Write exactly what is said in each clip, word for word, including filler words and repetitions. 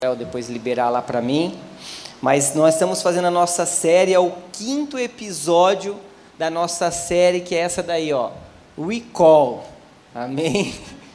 depois liberar lá para mim, mas nós estamos fazendo a nossa série, é o quinto episódio da nossa série, que é essa daí, ó, Recall, amém?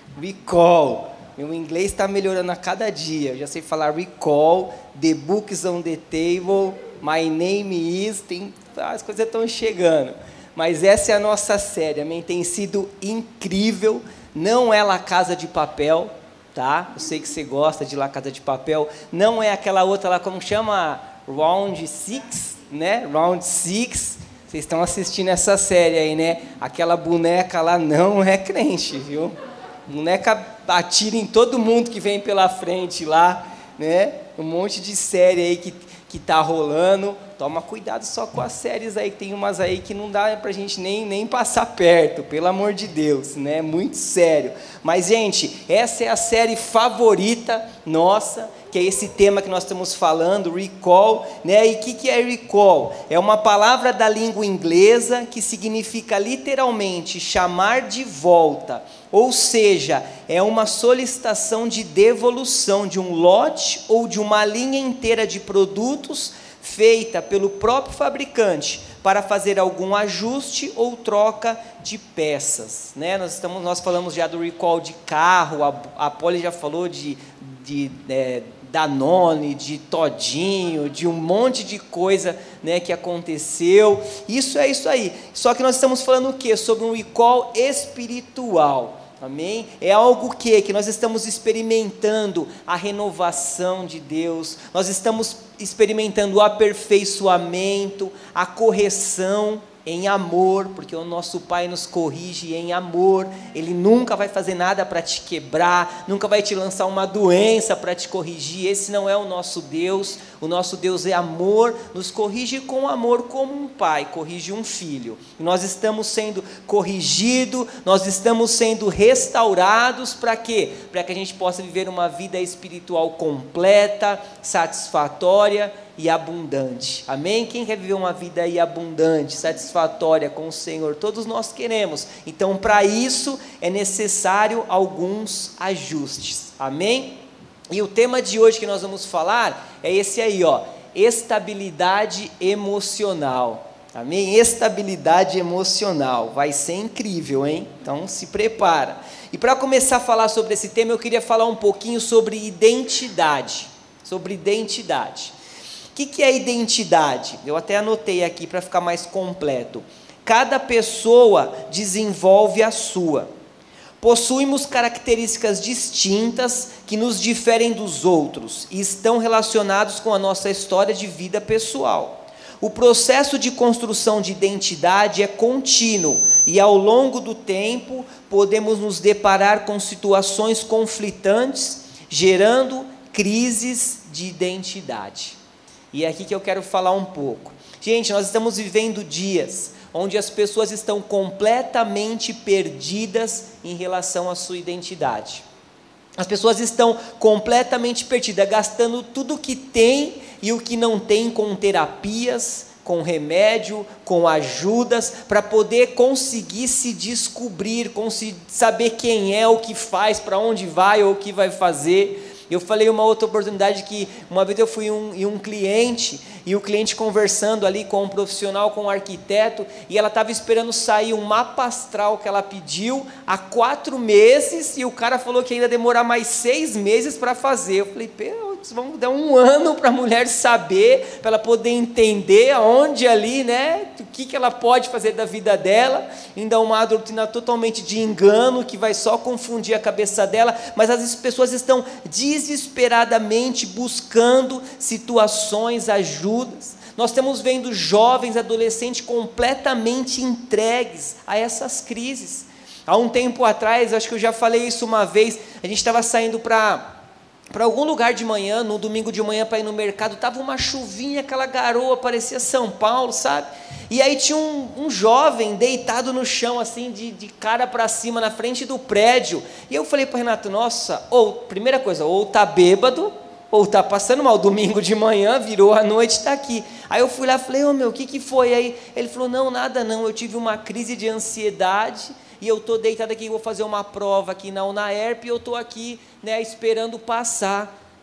Recall, meu inglês está melhorando a cada dia, eu já sei falar Recall, The Books on the Table, My Name Is, tem, as coisas estão chegando, mas essa é a nossa série, amém? Tem sido incrível, não é La Casa de Papel, tá? Eu sei que você gosta de La Casa de Papel, não é aquela outra lá, como chama? Round Six, né? Round Six, vocês estão assistindo essa série aí, né? Aquela boneca lá não é crente, viu? Boneca atira em todo mundo que vem pela frente lá, né? Um monte de série aí que, que tá rolando. Toma cuidado só com as séries aí, que tem umas aí que não dá pra gente nem, nem passar perto, pelo amor de Deus, né? Muito sério. Mas, gente, essa é a série favorita nossa, que é esse tema que nós estamos falando, Recall, né? E o que, que é Recall? É uma palavra da língua inglesa que significa literalmente chamar de volta, ou seja, é uma solicitação de devolução de um lote ou de uma linha inteira de produtos feita pelo próprio fabricante para fazer algum ajuste ou troca de peças, né? Nós estamos, nós falamos já do recall de carro, a, a Polly já falou de, de é, Danone, de Todinho, de um monte de coisa, né, que aconteceu. Isso é isso aí. Só que nós estamos falando o quê? Sobre um recall espiritual. Amém? É algo que, que nós estamos experimentando a renovação de Deus, nós estamos experimentando o aperfeiçoamento, a correção em amor, porque o nosso Pai nos corrige em amor, Ele nunca vai fazer nada para te quebrar, nunca vai te lançar uma doença para te corrigir, esse não é o nosso Deus, o nosso Deus é amor, nos corrige com amor como um pai corrige um filho, e nós estamos sendo corrigidos, nós estamos sendo restaurados, para quê? Para que a gente possa viver uma vida espiritual completa, satisfatória e abundante, amém? Quem quer viver uma vida aí abundante, satisfatória com o Senhor? Todos nós queremos, então para isso é necessário alguns ajustes, amém? E o tema de hoje que nós vamos falar é esse aí, ó, estabilidade emocional, amém? Estabilidade emocional, vai ser incrível, hein? Então se prepara. E para começar a falar sobre esse tema, eu queria falar um pouquinho sobre identidade, sobre identidade. O que, que é identidade? Eu até anotei aqui para ficar mais completo. Cada pessoa desenvolve a sua. Possuímos características distintas que nos diferem dos outros e estão relacionados com a nossa história de vida pessoal. O processo de construção de identidade é contínuo e, ao longo do tempo, podemos nos deparar com situações conflitantes, gerando crises de identidade. E é aqui que eu quero falar um pouco. Gente, nós estamos vivendo dias onde as pessoas estão completamente perdidas em relação à sua identidade. As pessoas estão completamente perdidas, gastando tudo o que tem e o que não tem com terapias, com remédio, com ajudas, para poder conseguir se descobrir, conseguir saber quem é, o que faz, para onde vai ou o que vai fazer. Eu falei uma outra oportunidade que uma vez eu fui em um, em um cliente, e o cliente conversando ali com um profissional, com um arquiteto, e ela estava esperando sair um mapa astral que ela pediu há quatro meses, e o cara falou que ainda ia demorar mais seis meses para fazer. Eu falei, putz, vamos dar um ano para a mulher saber, para ela poder entender aonde ali, né, o que, que ela pode fazer da vida dela, ainda uma doutrina totalmente de engano, que vai só confundir a cabeça dela, mas as pessoas estão desesperadamente buscando situações, ajudas. Nós estamos vendo jovens, adolescentes completamente entregues a essas crises. Há um tempo atrás, acho que eu já falei isso uma vez, a gente estava saindo para para algum lugar de manhã, no domingo de manhã, para ir no mercado, estava uma chuvinha, aquela garoa, parecia São Paulo, sabe? E aí tinha um, um jovem deitado no chão, assim, de, de cara para cima, na frente do prédio. E eu falei para o Renato, nossa, ou, primeira coisa, ou tá bêbado, ou tá passando mal, domingo de manhã, virou a noite, está aqui. Aí eu fui lá e falei, ô oh, meu, o que, que foi aí? Ele falou, não, nada não, eu tive uma crise de ansiedade, e eu estou deitado aqui, vou fazer uma prova aqui na UNAERP, e eu estou aqui, né, esperando passar.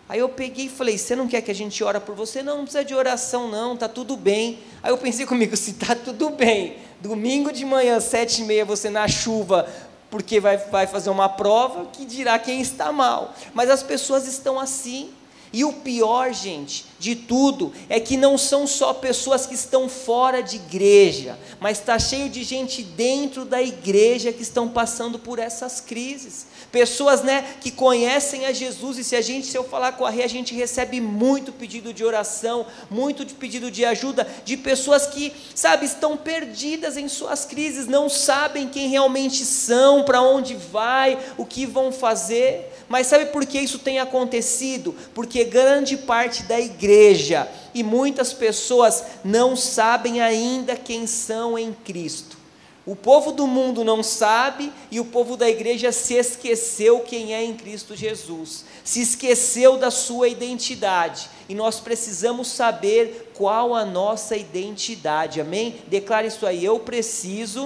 Aí eu peguei e falei, você não quer que a gente ore por você? Não, não precisa de oração não, está tudo bem. Aí eu pensei comigo, se está tudo bem, domingo de manhã, sete e meia, você na chuva, porque vai, vai fazer uma prova, que dirá quem está mal. Mas as pessoas estão assim. E o pior, gente, de tudo, é que não são só pessoas que estão fora de igreja, mas está cheio de gente dentro da igreja que estão passando por essas crises. Pessoas, né, que conhecem a Jesus, e se a gente, se eu falar com a Rê, a gente recebe muito pedido de oração, muito de pedido de ajuda, de pessoas que, sabe, estão perdidas em suas crises, não sabem quem realmente são, para onde vai, o que vão fazer. Mas sabe por que isso tem acontecido? Porque grande parte da igreja e muitas pessoas não sabem ainda quem são em Cristo. O povo do mundo não sabe e o povo da igreja se esqueceu quem é em Cristo Jesus, se esqueceu da sua identidade, e nós precisamos saber qual a nossa identidade, amém? Declare isso aí, eu preciso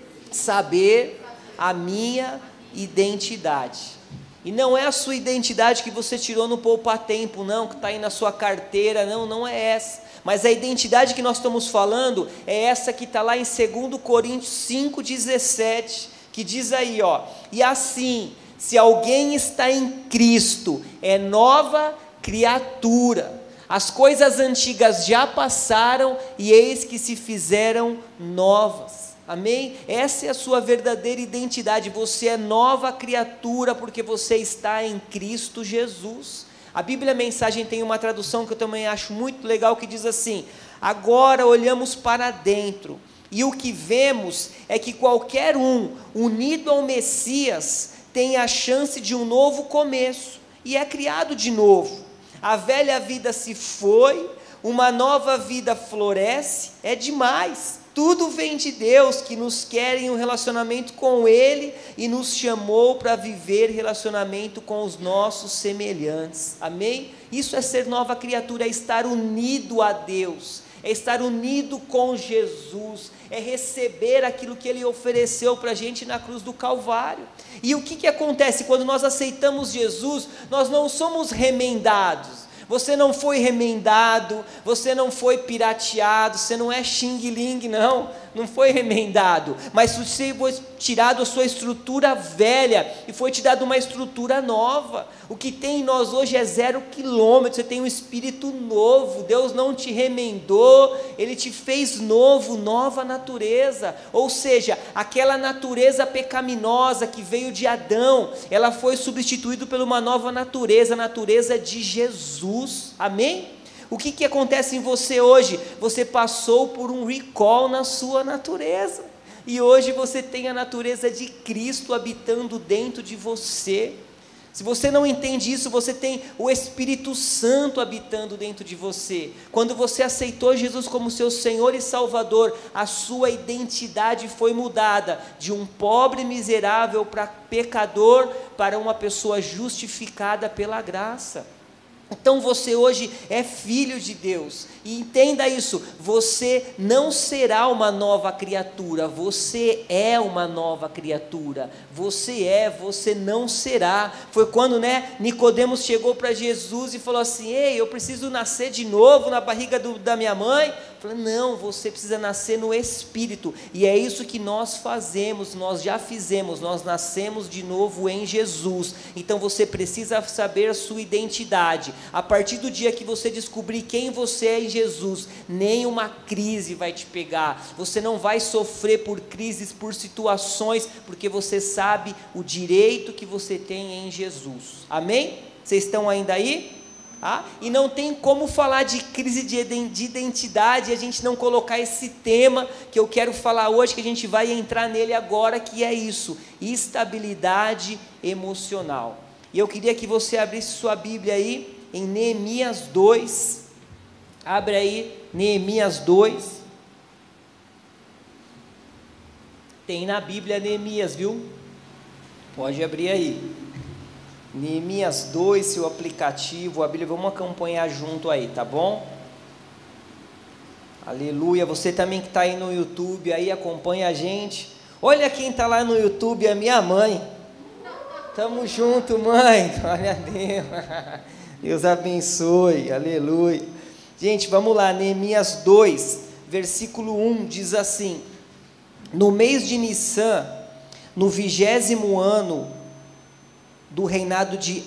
saber a minha identidade. E não é a sua identidade que você tirou no poupa-tempo, não, que está aí na sua carteira, não, não é essa. Mas a identidade que nós estamos falando é essa que está lá em dois Coríntios cinco, dezessete, que diz aí, ó, e assim, se alguém está em Cristo, é nova criatura. As coisas antigas já passaram e eis que se fizeram novas. Amém? Essa é a sua verdadeira identidade, você é nova criatura porque você está em Cristo Jesus. A Bíblia Mensagem tem uma tradução que eu também acho muito legal, que diz assim, agora olhamos para dentro, e o que vemos é que qualquer um unido ao Messias tem a chance de um novo começo, e é criado de novo. A velha vida se foi, uma nova vida floresce, é demais. Tudo vem de Deus, que nos quer em um relacionamento com Ele e nos chamou para viver relacionamento com os nossos semelhantes, amém? Isso é ser nova criatura, é estar unido a Deus, é estar unido com Jesus, é receber aquilo que Ele ofereceu para a gente na cruz do Calvário. E o que, que acontece? Quando nós aceitamos Jesus, nós não somos remendados. Você não foi remendado, você não foi pirateado, você não é xing-ling, não, não foi remendado, mas você foi tirado a sua estrutura velha e foi te dado uma estrutura nova. O que tem em nós hoje é zero quilômetro, você tem um espírito novo, Deus não te remendou, Ele te fez novo, nova natureza, ou seja, aquela natureza pecaminosa que veio de Adão, ela foi substituída por uma nova natureza, a natureza de Jesus, amém? O que, que acontece em você hoje? Você passou por um recall na sua natureza, e hoje você tem a natureza de Cristo habitando dentro de você. Se você não entende isso, você tem o Espírito Santo habitando dentro de você. Quando você aceitou Jesus como seu Senhor e Salvador, a sua identidade foi mudada, de um pobre miserável para pecador, para uma pessoa justificada pela graça. Então você hoje é filho de Deus, e entenda isso, você não será uma nova criatura, você é uma nova criatura, você é, você não será. Foi quando, né, Nicodemos chegou para Jesus e falou assim, ei, eu preciso nascer de novo na barriga do, da minha mãe? Falei, não, você precisa nascer no Espírito, e é isso que nós fazemos, nós já fizemos, nós nascemos de novo em Jesus. Então você precisa saber a sua identidade. A partir do dia que você descobrir quem você é em Jesus, nenhuma crise vai te pegar, você não vai sofrer por crises, por situações, porque você sabe o direito que você tem em Jesus, amém? Vocês estão ainda aí? Ah, e não tem como falar de crise de identidade e a gente não colocar esse tema que eu quero falar hoje, que a gente vai entrar nele agora, que é isso, estabilidade emocional. E eu queria que você abrisse sua Bíblia aí em Neemias dois, abre aí Neemias dois, tem na Bíblia Neemias, viu? Pode abrir aí. Neemias dois, seu aplicativo, a Bíblia, vamos acompanhar junto aí, tá bom? Aleluia, você também que está aí no YouTube, aí acompanha a gente. Olha quem está lá no YouTube, a minha mãe. Tamo junto, mãe, glória a Deus. Deus abençoe, aleluia. Gente, vamos lá, Neemias dois, versículo um, diz assim: no mês de Nissan, no vigésimo ano do reinado de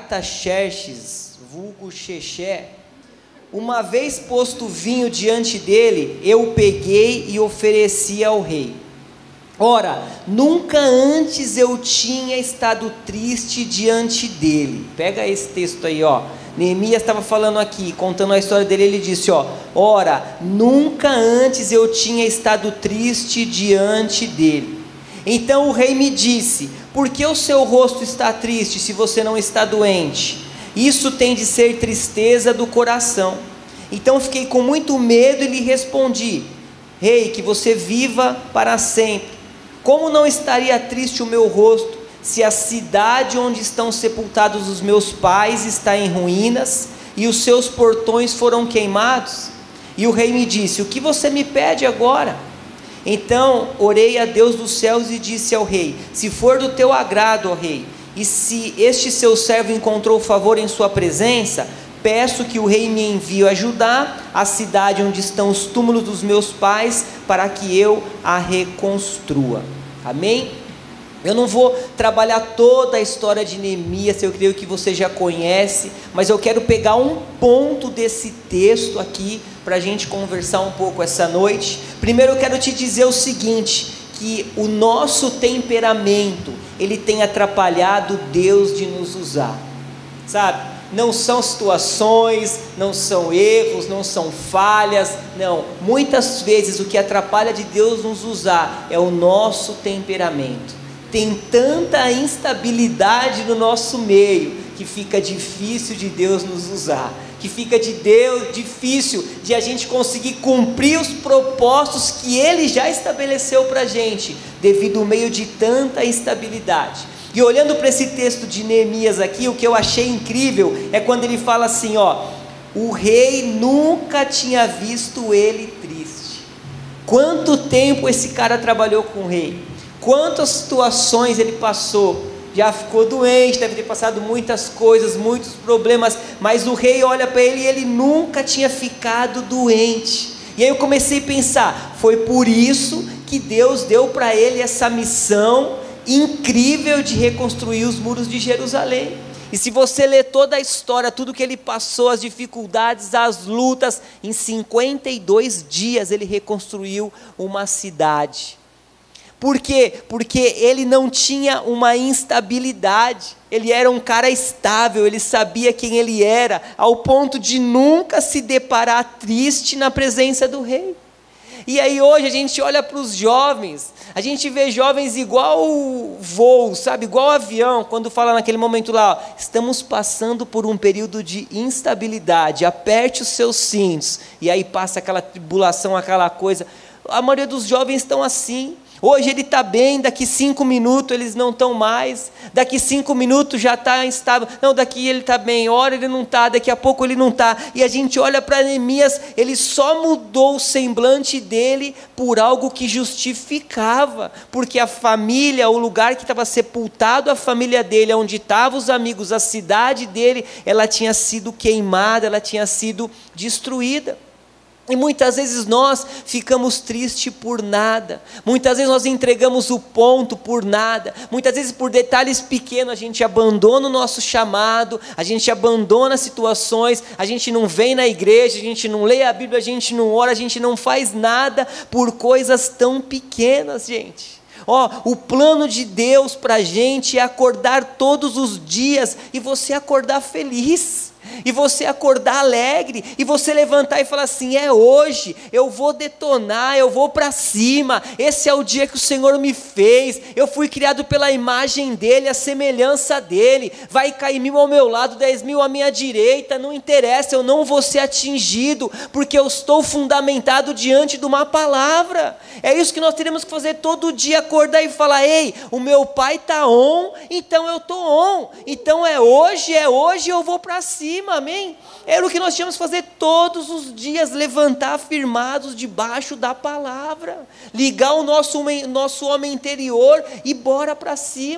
Artaxerxes, vulgo Xexé, uma vez posto vinho diante dele, eu peguei e ofereci ao rei. Ora, nunca antes eu tinha estado triste diante dele. Pega esse texto aí, ó. Neemias estava falando aqui, contando a história dele, ele disse, ó: ora, nunca antes eu tinha estado triste diante dele. Então o rei me disse: por que o seu rosto está triste se você não está doente? Isso tem de ser tristeza do coração. Então fiquei com muito medo e lhe respondi: rei, que você viva para sempre. Como não estaria triste o meu rosto, se a cidade onde estão sepultados os meus pais está em ruínas, e os seus portões foram queimados? E o rei me disse: o que você me pede agora? Então orei a Deus dos céus e disse ao rei: se for do teu agrado, ó rei, e se este seu servo encontrou favor em sua presença, peço que o rei me envie ajudar a cidade onde estão os túmulos dos meus pais, para que eu a reconstrua. Amém? Eu não vou trabalhar toda a história de Neemias, eu creio que você já conhece, mas eu quero pegar um ponto desse texto aqui, para a gente conversar um pouco essa noite. Primeiro eu quero te dizer o seguinte, que o nosso temperamento, ele tem atrapalhado Deus de nos usar, sabe? Não são situações, não são erros, não são falhas, não, muitas vezes o que atrapalha de Deus nos usar é o nosso temperamento. Tem tanta instabilidade no nosso meio, que fica difícil de Deus nos usar, que fica de Deus, difícil de a gente conseguir cumprir os propósitos que Ele já estabeleceu para a gente, devido ao meio de tanta instabilidade. E olhando para esse texto de Neemias aqui, o que eu achei incrível é quando ele fala assim, ó: o rei nunca tinha visto ele triste. Quanto tempo esse cara trabalhou com o rei? Quantas situações ele passou? Já ficou doente, deve ter passado muitas coisas, muitos problemas, mas o rei olha para ele e ele nunca tinha ficado doente. E aí eu comecei a pensar, foi por isso que Deus deu para ele essa missão incrível de reconstruir os muros de Jerusalém. E se você ler toda a história, tudo que ele passou, as dificuldades, as lutas, em cinquenta e dois dias ele reconstruiu uma cidade. Por quê? Porque ele não tinha uma instabilidade, ele era um cara estável, ele sabia quem ele era, ao ponto de nunca se deparar triste na presença do rei. E aí hoje a gente olha para os jovens, a gente vê jovens igual voo, sabe, igual avião, quando fala naquele momento lá, ó, estamos passando por um período de instabilidade, aperte os seus cintos, e aí passa aquela tribulação, aquela coisa. A maioria dos jovens estão assim. Hoje ele está bem, daqui cinco minutos eles não estão mais, daqui cinco minutos já está instável, não, daqui ele está bem, hora ele não está, daqui a pouco ele não está, e a gente olha para Neemias, ele só mudou o semblante dele por algo que justificava, porque a família, o lugar que estava sepultado, a família dele, onde estavam os amigos, a cidade dele, ela tinha sido queimada, ela tinha sido destruída. E muitas vezes nós ficamos tristes por nada, muitas vezes nós entregamos o ponto por nada, muitas vezes por detalhes pequenos a gente abandona o nosso chamado, a gente abandona situações, a gente não vem na igreja, a gente não lê a Bíblia, a gente não ora, a gente não faz nada por coisas tão pequenas, gente. Ó, o plano de Deus para a gente é acordar todos os dias e você acordar feliz, e você acordar alegre, e você levantar e falar assim, é hoje, eu vou detonar, eu vou para cima, esse é o dia que o Senhor me fez, eu fui criado pela imagem dEle, a semelhança dEle, vai cair mil ao meu lado, dez mil à minha direita, não interessa, eu não vou ser atingido, porque eu estou fundamentado diante de uma palavra. É isso que nós teremos que fazer todo dia, acordar e falar, ei, o meu pai está on, então eu estou on, então é hoje, é hoje, eu vou para cima. Amém? Era o que nós tínhamos que fazer todos os dias, levantar firmados debaixo da palavra, ligar o nosso, nosso homem interior e bora para cima,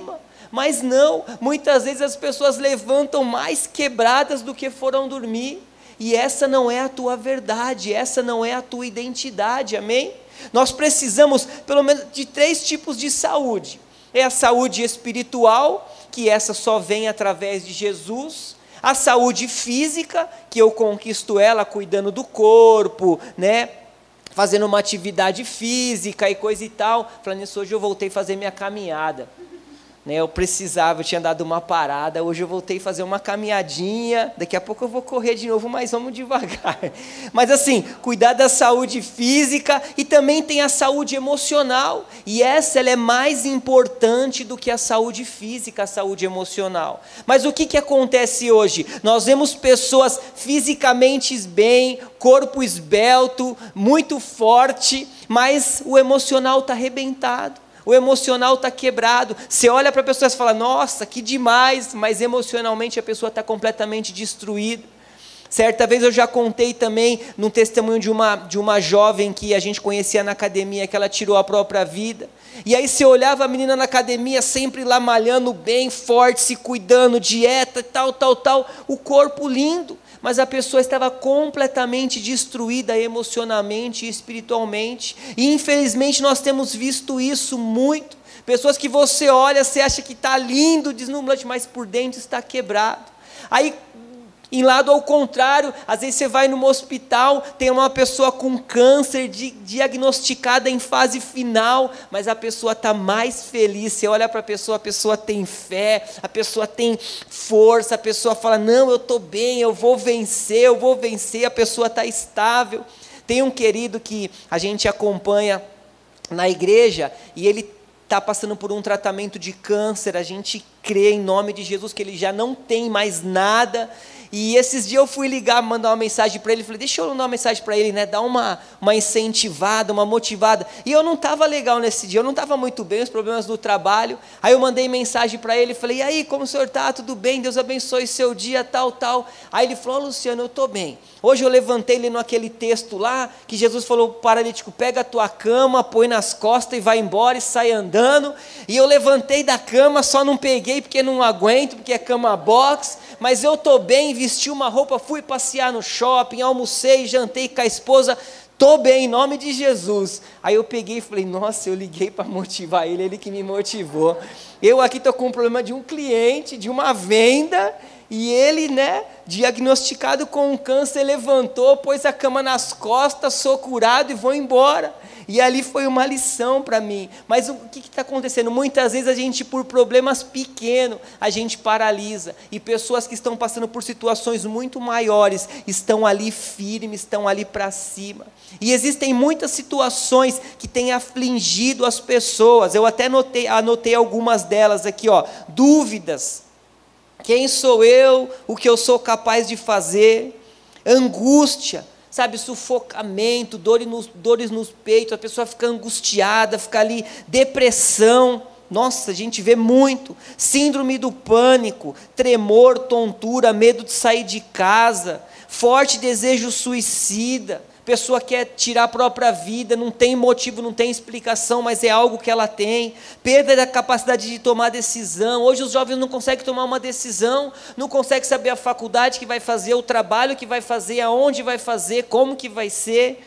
Mas não, muitas vezes as pessoas levantam mais quebradas do que foram dormir, e essa não é a tua verdade, essa não é a tua identidade, amém? Nós precisamos pelo menos de três tipos de saúde. É a saúde espiritual, que essa só vem através de Jesus. A saúde física, que eu conquisto ela cuidando do corpo, né? Fazendo uma atividade física e coisa e tal. Falando nisso, hoje eu voltei a fazer minha caminhada. Né, eu precisava, eu tinha dado uma parada, hoje eu voltei a fazer uma caminhadinha, daqui a pouco eu vou correr de novo, mas vamos devagar. Mas assim, cuidar da saúde física e também tem a saúde emocional, e essa ela é mais importante do que a saúde física, a saúde emocional. Mas o que, que acontece hoje? Nós vemos pessoas fisicamente bem, corpo esbelto, muito forte, mas o emocional está arrebentado. O emocional está quebrado. Você olha para a pessoa e fala, nossa, que demais, mas emocionalmente a pessoa está completamente destruída. Certa vez eu já contei também, num testemunho de uma, de uma jovem que a gente conhecia na academia, que ela tirou a própria vida. E aí você olhava a menina na academia, sempre lá malhando bem, forte, se cuidando, dieta, tal, tal, tal, o corpo lindo. Mas a pessoa estava completamente destruída emocionalmente e espiritualmente, e infelizmente nós temos visto isso muito, pessoas que você olha, você acha que está lindo, deslumbrante, mas por dentro está quebrado. Aí, em lado ao contrário, às vezes você vai num hospital, tem uma pessoa com câncer di- diagnosticada em fase final, mas a pessoa está mais feliz. Você olha para a pessoa, a pessoa tem fé, a pessoa tem força, a pessoa fala, não, eu estou bem, eu vou vencer, eu vou vencer, a pessoa está estável. Tem um querido que a gente acompanha na igreja, e ele está passando por um tratamento de câncer. A gente crê em nome de Jesus que ele já não tem mais nada. E esses dias eu fui ligar, mandar uma mensagem para ele, falei, deixa eu mandar uma mensagem para ele, né, dar uma, uma incentivada, uma motivada, e eu não estava legal nesse dia, eu não estava muito bem, os problemas do trabalho. Aí eu mandei mensagem para ele, falei, e aí, como o senhor está? Tudo bem? Deus abençoe seu dia, tal, tal. Aí ele falou, oh, Luciano, eu estou bem. Hoje eu levantei lendo aquele texto lá, que Jesus falou para o paralítico, pega a tua cama, põe nas costas e vai embora e sai andando. E eu levantei da cama, só não peguei porque não aguento, porque é cama box, mas eu estou bem, vesti uma roupa, fui passear no shopping, almocei, jantei com a esposa, estou bem, em nome de Jesus. Aí eu peguei e falei, nossa, eu liguei para motivar ele, ele que me motivou. Eu aqui estou com um problema de um cliente, de uma venda, e ele, né, diagnosticado com um câncer, levantou, pôs a cama nas costas, sou curado e vou embora. E ali foi uma lição para mim. Mas o que está acontecendo? Muitas vezes a gente, por problemas pequenos, a gente paralisa. E pessoas que estão passando por situações muito maiores, estão ali firmes, estão ali para cima. E existem muitas situações que têm afligido as pessoas. Eu até anotei, anotei algumas delas aqui, ó. Dúvidas. Quem sou eu? O que eu sou capaz de fazer? Angústia. Sabe, sufocamento, dores nos, dores nos peitos, a pessoa fica angustiada, fica ali, depressão, nossa, a gente vê muito, síndrome do pânico, tremor, tontura, medo de sair de casa, forte desejo suicida, pessoa quer tirar a própria vida, não tem motivo, não tem explicação, mas é algo que ela tem, perda da capacidade de tomar decisão. Hoje os jovens não conseguem tomar uma decisão, não conseguem saber a faculdade que vai fazer, o trabalho que vai fazer, aonde vai fazer, como que vai ser.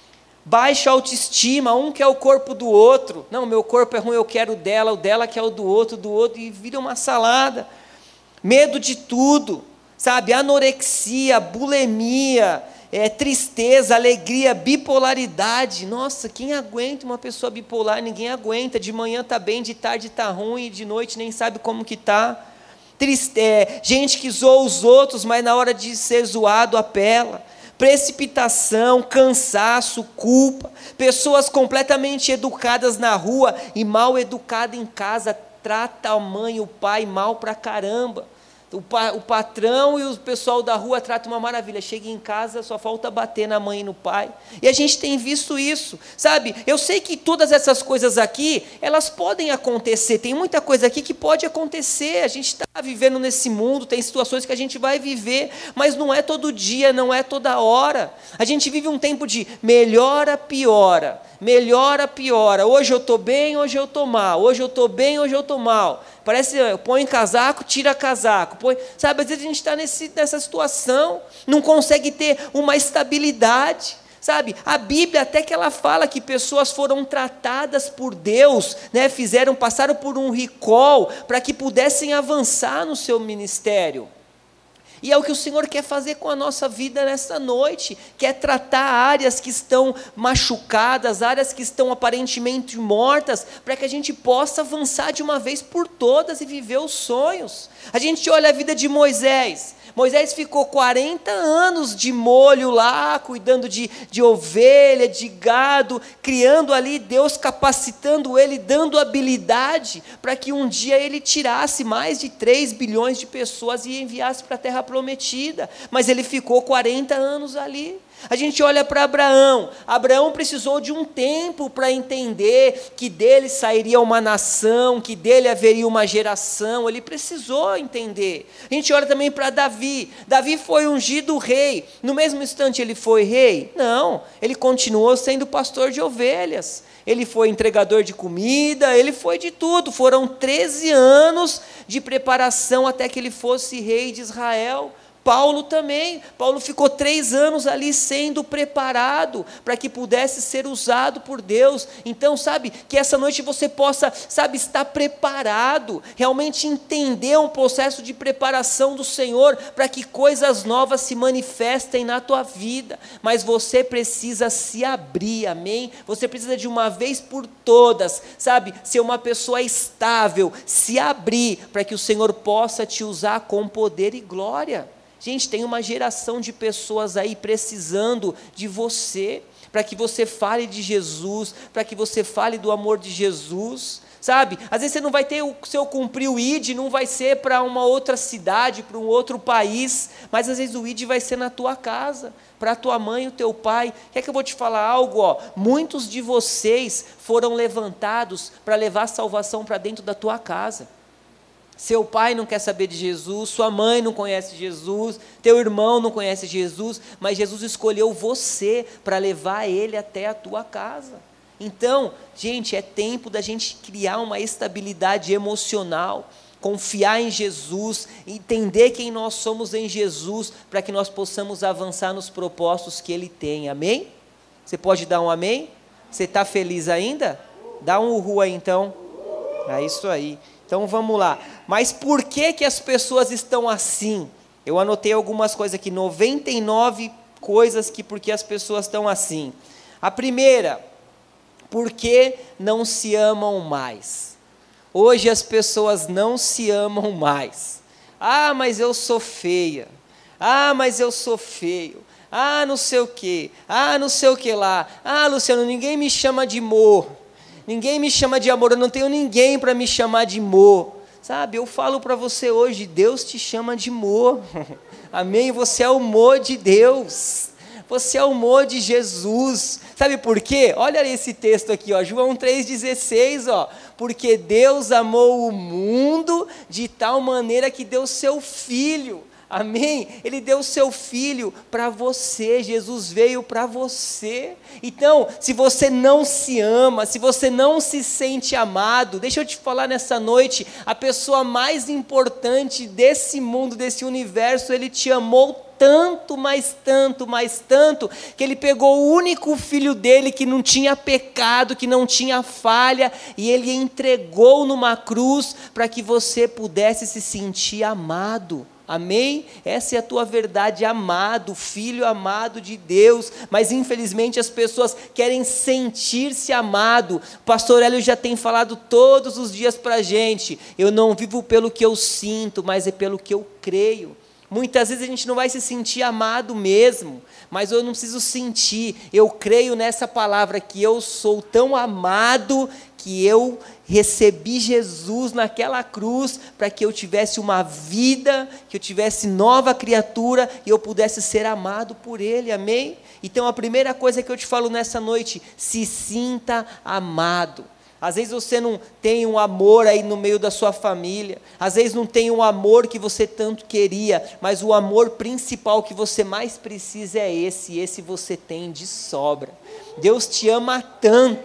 Baixa autoestima, um quer o corpo do outro, não, meu corpo é ruim, eu quero o dela, o dela quer o do outro, do outro, e vira uma salada. Medo de tudo, sabe, anorexia, bulimia, É, tristeza, alegria, bipolaridade. Nossa, quem aguenta uma pessoa bipolar? Ninguém aguenta. De manhã está bem, de tarde está ruim, e de noite nem sabe como que está. Triste, é, gente que zoa os outros, mas na hora de ser zoado apela. Precipitação, cansaço, culpa. Pessoas completamente educadas na rua e mal educadas em casa. Trata a mãe e o pai mal pra caramba. O, pa, o patrão e o pessoal da rua tratam uma maravilha, chega em casa, só falta bater na mãe e no pai, e a gente tem visto isso, sabe, eu sei que todas essas coisas aqui, elas podem acontecer, tem muita coisa aqui que pode acontecer, a gente está vivendo nesse mundo, tem situações que a gente vai viver, mas não é todo dia, não é toda hora, a gente vive um tempo de melhora, piora, melhora, piora, hoje eu estou bem, hoje eu estou mal, hoje eu estou bem, hoje eu estou mal, parece, põe casaco, tira casaco, põe, sabe, às vezes a gente está nessa situação, não consegue ter uma estabilidade, sabe, a Bíblia até que ela fala que pessoas foram tratadas por Deus, né, fizeram, passaram por um recall, para que pudessem avançar no seu ministério. E é o que o Senhor quer fazer com a nossa vida nessa noite, quer tratar áreas que estão machucadas, áreas que estão aparentemente mortas, para que a gente possa avançar de uma vez por todas e viver os sonhos. A gente olha a vida de Moisés, Moisés ficou quarenta anos de molho lá, cuidando de, de ovelha, de gado, criando ali, Deus capacitando ele, dando habilidade, para que um dia ele tirasse mais de três bilhões de pessoas e enviasse para a terra prometida, mas ele ficou quarenta anos ali. A gente olha para Abraão, Abraão precisou de um tempo para entender que dele sairia uma nação, que dele haveria uma geração, ele precisou entender. A gente olha também para Davi, Davi foi ungido rei, no mesmo instante ele foi rei? Não, ele continuou sendo pastor de ovelhas, ele foi entregador de comida, ele foi de tudo, foram treze anos de preparação até que ele fosse rei de Israel. Paulo também, Paulo ficou três anos ali sendo preparado, para que pudesse ser usado por Deus. Então, sabe, que essa noite você possa, sabe, estar preparado, realmente entender um processo de preparação do Senhor, para que coisas novas se manifestem na tua vida, mas você precisa se abrir, amém? Você precisa de uma vez por todas, sabe, ser uma pessoa estável, se abrir, para que o Senhor possa te usar com poder e glória. Gente, tem uma geração de pessoas aí precisando de você, para que você fale de Jesus, para que você fale do amor de Jesus, sabe? Às vezes você não vai ter, o seu cumprir o I D, não vai ser para uma outra cidade, para um outro país, mas às vezes o I D vai ser na tua casa, para a tua mãe e o teu pai. Quer que eu vou te falar algo? Ó? Muitos de vocês foram levantados para levar salvação para dentro da tua casa. Seu pai não quer saber de Jesus, sua mãe não conhece Jesus, teu irmão não conhece Jesus, mas Jesus escolheu você para levar ele até a tua casa. Então, gente, é tempo da gente criar uma estabilidade emocional, confiar em Jesus, entender quem nós somos em Jesus, para que nós possamos avançar nos propósitos que Ele tem, amém? Você pode dar um amém? Você está feliz ainda? Dá um uhul aí então, é isso aí. Então vamos lá, mas por que que as pessoas estão assim? Eu anotei algumas coisas aqui, noventa e nove coisas que porque as pessoas estão assim. A primeira, porque não se amam mais. Hoje as pessoas não se amam mais. Ah, mas eu sou feia. Ah, mas eu sou feio. Ah, não sei o que. Ah, não sei o que lá. Ah, Luciano, ninguém me chama de amor. Ninguém me chama de amor, eu não tenho ninguém para me chamar de amor. Sabe, eu falo para você hoje, Deus te chama de amor. Amém? Você é o amor de Deus. Você é o amor de Jesus. Sabe por quê? Olha esse texto aqui, ó, João três dezesseis, ó. Porque Deus amou o mundo de tal maneira que deu seu Filho. Amém? Ele deu o seu Filho para você, Jesus veio para você. Então, se você não se ama, se você não se sente amado, deixa eu te falar nessa noite, a pessoa mais importante desse mundo, desse universo, Ele te amou tanto, mais tanto, mais tanto, que Ele pegou o único Filho dele que não tinha pecado, que não tinha falha, e Ele entregou numa cruz para que você pudesse se sentir amado. Amém? Essa é a tua verdade, amado, filho amado de Deus, mas infelizmente as pessoas querem sentir-se amado. O pastor Hélio já tem falado todos os dias para a gente, eu não vivo pelo que eu sinto, mas é pelo que eu creio. Muitas vezes a gente não vai se sentir amado mesmo, mas eu não preciso sentir, eu creio nessa palavra que eu sou tão amado que eu recebi Jesus naquela cruz para que eu tivesse uma vida, que eu tivesse nova criatura e eu pudesse ser amado por Ele, amém? Então a primeira coisa que eu te falo nessa noite, se sinta amado. Às vezes você não tem um amor aí no meio da sua família, às vezes não tem um amor que você tanto queria, mas o amor principal que você mais precisa é esse, e esse você tem de sobra. Deus te ama tanto,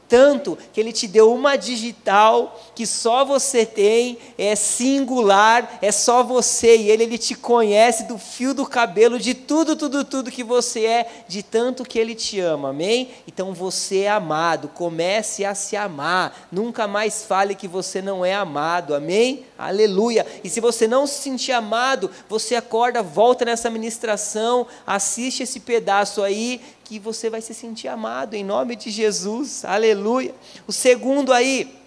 Tanto que Ele te deu uma digital que só você tem, é singular, é só você e Ele, Ele te conhece do fio do cabelo, de tudo, tudo, tudo que você é, de tanto que Ele te ama, amém? Então você é amado, comece a se amar, nunca mais fale que você não é amado, amém? Aleluia! E se você não se sentir amado, você acorda, volta nessa ministração, assiste esse pedaço aí, que você vai se sentir amado, em nome de Jesus, aleluia. O segundo aí,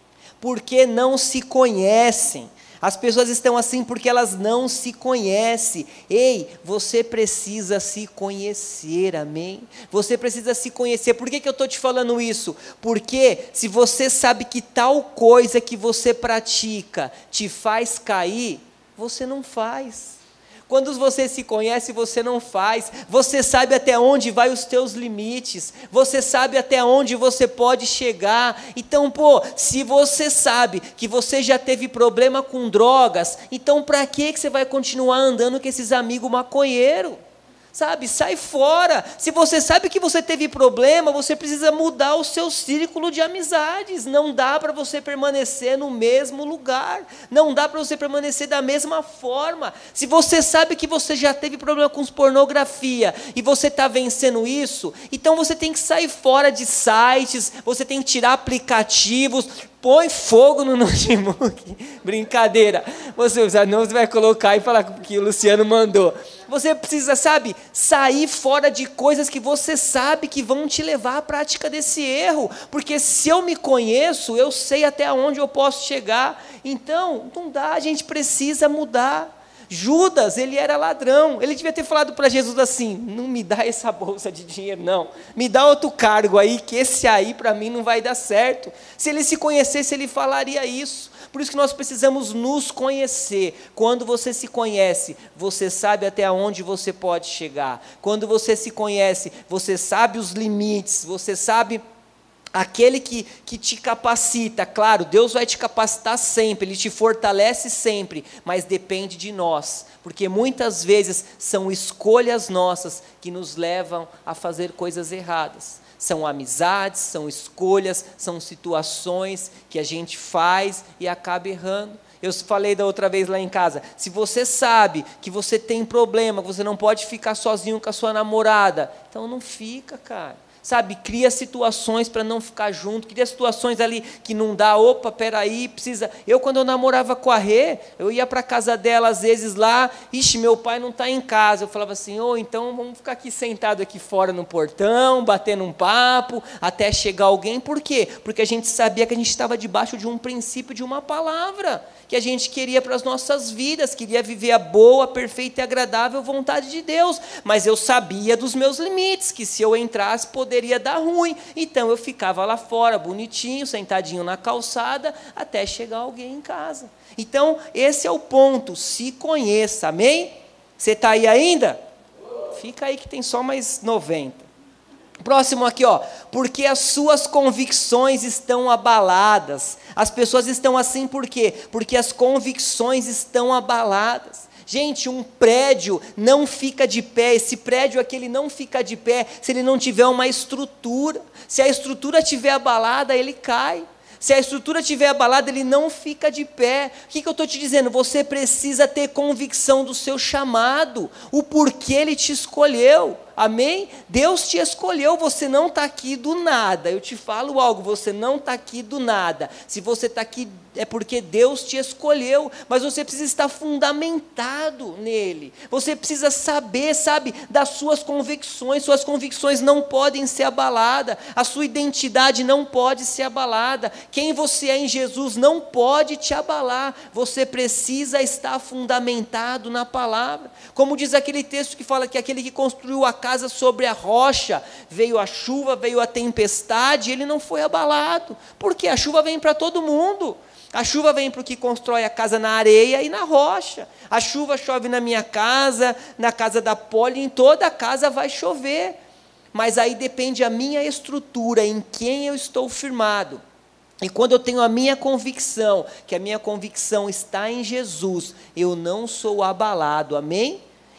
porque não se conhecem. As pessoas estão assim porque elas não se conhecem. Ei, você precisa se conhecer, amém? Você precisa se conhecer. Por que que eu estou te falando isso? Porque se você sabe que tal coisa que você pratica te faz cair, você não faz. Quando você se conhece, você não faz. Você sabe até onde vai os teus limites. Você sabe até onde você pode chegar. Então, pô, se você sabe que você já teve problema com drogas, então para que que você vai continuar andando com esses amigos maconheiros? Sabe, sai fora. Se você sabe que você teve problema, você precisa mudar o seu círculo de amizades. Não dá para você permanecer no mesmo lugar. Não dá para você permanecer da mesma forma. Se você sabe que você já teve problema com pornografia e você está vencendo isso, então você tem que sair fora de sites, você tem que tirar aplicativos, põe fogo no notebook. Brincadeira. Você, não, você vai colocar e falar que o Luciano mandou. Você precisa, sabe, sair fora de coisas que você sabe que vão te levar à prática desse erro. Porque se eu me conheço, eu sei até onde eu posso chegar. Então, não dá, a gente precisa mudar. Judas, ele era ladrão, ele devia ter falado para Jesus assim, não me dá essa bolsa de dinheiro não, me dá outro cargo aí, que esse aí para mim não vai dar certo. Se ele se conhecesse, ele falaria isso. Por isso que nós precisamos nos conhecer. Quando você se conhece, você sabe até onde você pode chegar. Quando você se conhece, você sabe os limites, você sabe aquele que, que te capacita. Claro, Deus vai te capacitar sempre, Ele te fortalece sempre, mas depende de nós, porque muitas vezes são escolhas nossas que nos levam a fazer coisas erradas. São amizades, são escolhas, são situações que a gente faz e acaba errando. Eu falei da outra vez lá em casa, se você sabe que você tem problema, que você não pode ficar sozinho com a sua namorada, então não fica, cara. Sabe, cria situações para não ficar junto, cria situações ali que não dá, opa, peraí, precisa... Eu, quando eu namorava com a Rê, eu ia para a casa dela, às vezes lá, ixi, meu pai não está em casa, eu falava assim, ô, oh, então vamos ficar aqui sentado aqui fora no portão, batendo um papo, até chegar alguém. Por quê? Porque a gente sabia que a gente estava debaixo de um princípio, de uma palavra, que a gente queria para as nossas vidas, queria viver a boa, perfeita e agradável vontade de Deus, mas eu sabia dos meus limites, que se eu entrasse, poderia dar ruim, então eu ficava lá fora, bonitinho, sentadinho na calçada, até chegar alguém em casa. Então, esse é o ponto, se conheça, amém? Você está aí ainda? Fica aí que tem só mais noventa. Próximo aqui, ó, porque as suas convicções estão abaladas. As pessoas estão assim por quê? Porque as convicções estão abaladas. Gente, um prédio não fica de pé, esse prédio aqui ele não fica de pé se ele não tiver uma estrutura. Se a estrutura estiver abalada, ele cai. Se a estrutura estiver abalada, ele não fica de pé. O que, que eu estou te dizendo? Você precisa ter convicção do seu chamado, o porquê Ele te escolheu. Amém? Deus te escolheu, você não está aqui do nada. Eu te falo algo, você não está aqui do nada. Se você está aqui, é porque Deus te escolheu, mas você precisa estar fundamentado nele. Você precisa saber, sabe, das suas convicções. Suas convicções não podem ser abaladas. A sua identidade não pode ser abalada. Quem você é em Jesus não pode te abalar. Você precisa estar fundamentado na palavra. Como diz aquele texto que fala que aquele que construiu a casa sobre a rocha, veio a chuva, veio a tempestade, ele não foi abalado, porque a chuva vem para todo mundo. A chuva vem para o que constrói a casa na areia e na rocha. A chuva chove na minha casa, na casa da Poli, em toda a casa vai chover. Mas aí depende a minha estrutura, em quem eu estou firmado. E quando eu tenho a minha convicção, que a minha convicção está em Jesus, eu não sou abalado, amém?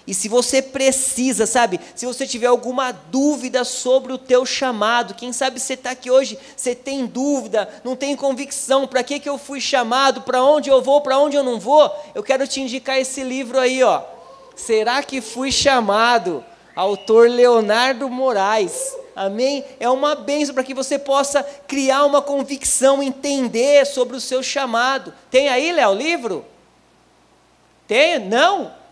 E se você precisa, sabe, se você tiver alguma dúvida sobre o teu chamado, quem sabe você está aqui hoje, você tem dúvida, não tem convicção, para que que eu fui chamado, para onde eu vou, para onde eu não vou, eu quero te indicar esse livro aí, ó, Será que Fui Chamado? Autor Leonardo Moraes, amém? É uma bênção para que você possa criar uma convicção, entender sobre o seu chamado. Tem aí, Léo, o livro? Tem? Não?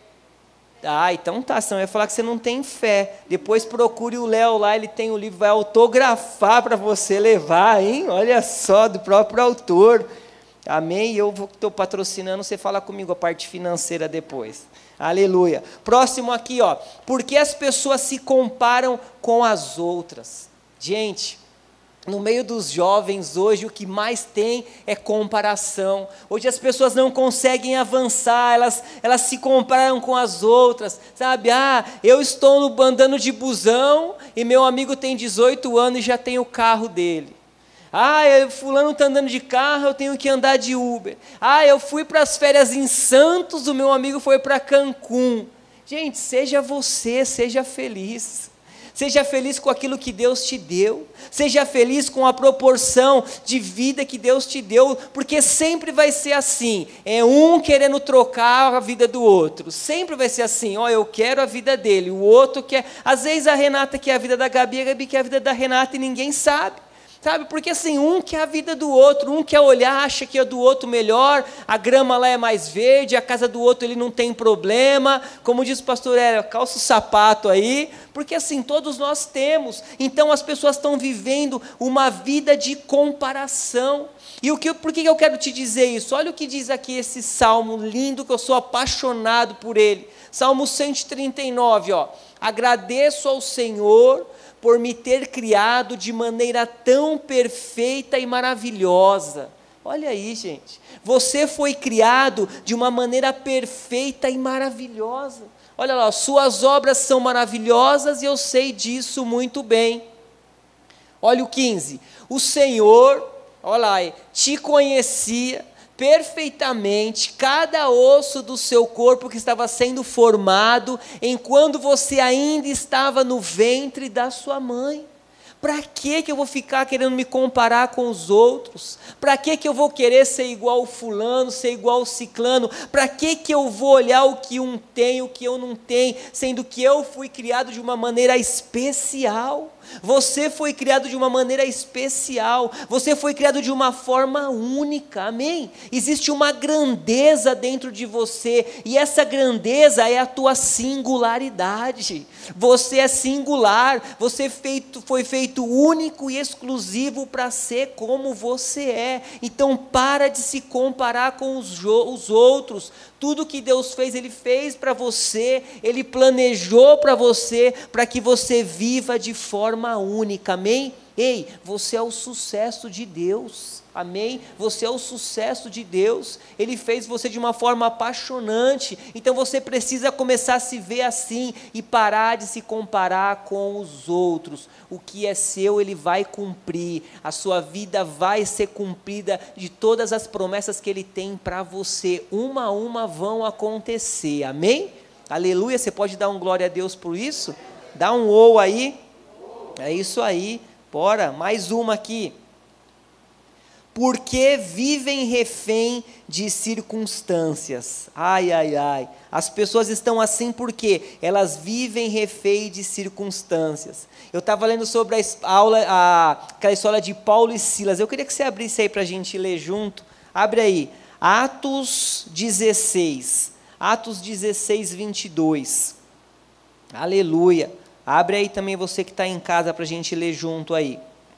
Ah, então tá, senão eu ia falar que você não tem fé. Depois procure o Léo lá, ele tem o livro, vai autografar para você levar, hein? Olha só, do próprio autor. Amém? E eu estou patrocinando, você fala comigo a parte financeira depois. Aleluia. Próximo aqui, ó. Por que as pessoas se comparam com as outras? Gente, no meio dos jovens hoje, o que mais tem é comparação. Hoje as pessoas não conseguem avançar, elas, elas se comparam com as outras, sabe? Ah, eu estou no, andando de busão e meu amigo tem dezoito anos e já tem o carro dele. Ah, eu, fulano está andando de carro, eu tenho que andar de Uber. Ah, eu fui para as férias em Santos, o meu amigo foi para Cancún. Gente, seja você, seja feliz. Seja feliz com aquilo que Deus te deu, seja feliz com a proporção de vida que Deus te deu, porque sempre vai ser assim, é um querendo trocar a vida do outro, sempre vai ser assim, ó, eu quero a vida dele, o outro quer, às vezes a Renata quer a vida da Gabi, a Gabi quer a vida da Renata e ninguém sabe, sabe, porque assim, um quer a vida do outro, um quer olhar, acha que é do outro melhor, a grama lá é mais verde, a casa do outro ele não tem problema, como diz o pastor Hélio, calça o sapato aí, porque assim, todos nós temos, então as pessoas estão vivendo uma vida de comparação, e o que, por que eu quero te dizer isso? Olha o que diz aqui esse salmo lindo, que eu sou apaixonado por ele, Salmo cento e trinta e nove, ó, agradeço ao Senhor, por me ter criado de maneira tão perfeita e maravilhosa. Olha aí, gente. Você foi criado de uma maneira perfeita e maravilhosa. Olha lá, suas obras são maravilhosas e eu sei disso muito bem. Olha o quinze. O Senhor, olha lá, te conhecia perfeitamente cada osso do seu corpo que estava sendo formado, enquanto você ainda estava no ventre da sua mãe. Para que que eu vou ficar querendo me comparar com os outros? Para que que eu vou querer ser igual o fulano, ser igual o ciclano? Para que que eu vou olhar o que um tem, o que eu não tenho, sendo que eu fui criado de uma maneira especial? Você foi criado de uma maneira especial, você foi criado de uma forma única, amém? Existe uma grandeza dentro de você, e essa grandeza é a tua singularidade, você é singular, você feito, foi feito único e exclusivo para ser como você é, então para de se comparar com os, os outros, tudo que Deus fez, Ele fez para você, Ele planejou para você, para que você viva de forma única, amém? Ei, você é o sucesso de Deus, amém? Você é o sucesso de Deus, Ele fez você de uma forma apaixonante, então você precisa começar a se ver assim, e parar de se comparar com os outros, o que é seu Ele vai cumprir, a sua vida vai ser cumprida, de todas as promessas que Ele tem para você, uma a uma vão acontecer, amém? Aleluia, você pode dar um glória a Deus por isso? Dá um ou aí, é isso aí, bora, mais uma aqui. Porque vivem refém de circunstâncias. Ai, ai, ai. As pessoas estão assim porque elas vivem refém de circunstâncias. Eu estava lendo sobre a aula, a, aquela história de Paulo e Silas. Eu queria que você abrisse aí para a gente ler junto. Abre aí. Atos dezesseis. Atos dezesseis, vinte e dois. Aleluia. Abre aí também você que está em casa para a gente ler junto aí.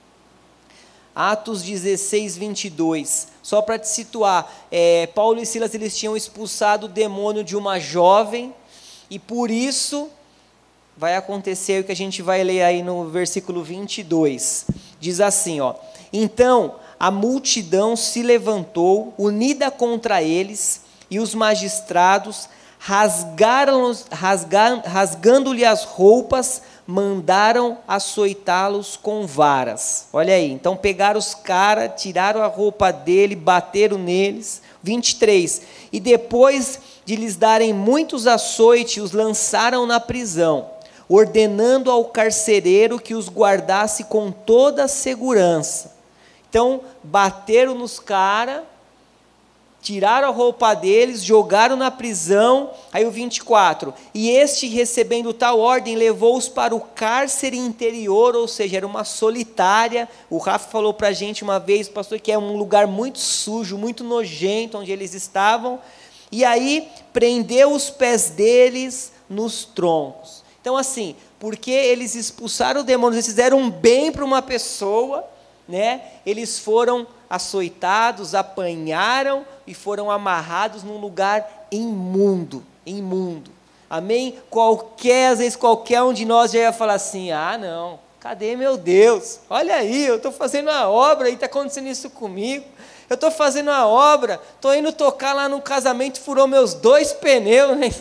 Atos dezesseis, vinte e dois, só para te situar, é, Paulo e Silas eles tinham expulsado o demônio de uma jovem, e por isso vai acontecer o que a gente vai ler aí no versículo vinte e dois, diz assim, ó, então a multidão se levantou, unida contra eles, e os magistrados, rasgaram, rasgaram, rasgando-lhe as roupas, mandaram açoitá-los com varas. Olha aí, então pegaram os caras, tiraram a roupa dele, bateram neles. vinte e três, e depois de lhes darem muitos açoites, os lançaram na prisão, ordenando ao carcereiro que os guardasse com toda a segurança. Então, bateram nos caras, tiraram a roupa deles, jogaram na prisão. Aí o vinte e quatro, e este, recebendo tal ordem, levou-os para o cárcere interior, ou seja, era uma solitária. O Rafa falou para a gente uma vez, pastor, que é um lugar muito sujo, muito nojento, onde eles estavam. E aí, prendeu os pés deles nos troncos. Então assim, porque eles expulsaram o demônio, eles fizeram um bem para uma pessoa, né? Eles foram açoitados, apanharam e foram amarrados num lugar imundo, imundo. Amém? Qualquer, às vezes qualquer um de nós já ia falar assim, ah não, cadê meu Deus? Olha aí, eu estou fazendo uma obra e está acontecendo isso comigo. Eu estou fazendo uma obra, estou indo tocar lá no casamento, furou meus dois pneus, né?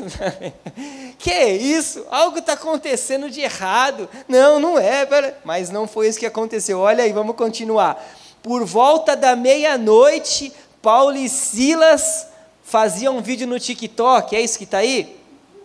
Que isso? Algo está acontecendo de errado. Não, não é, pera. Mas não foi isso que aconteceu. Olha aí, vamos continuar. Por volta da meia-noite, Paulo e Silas faziam um vídeo no TikTok, é isso que está aí?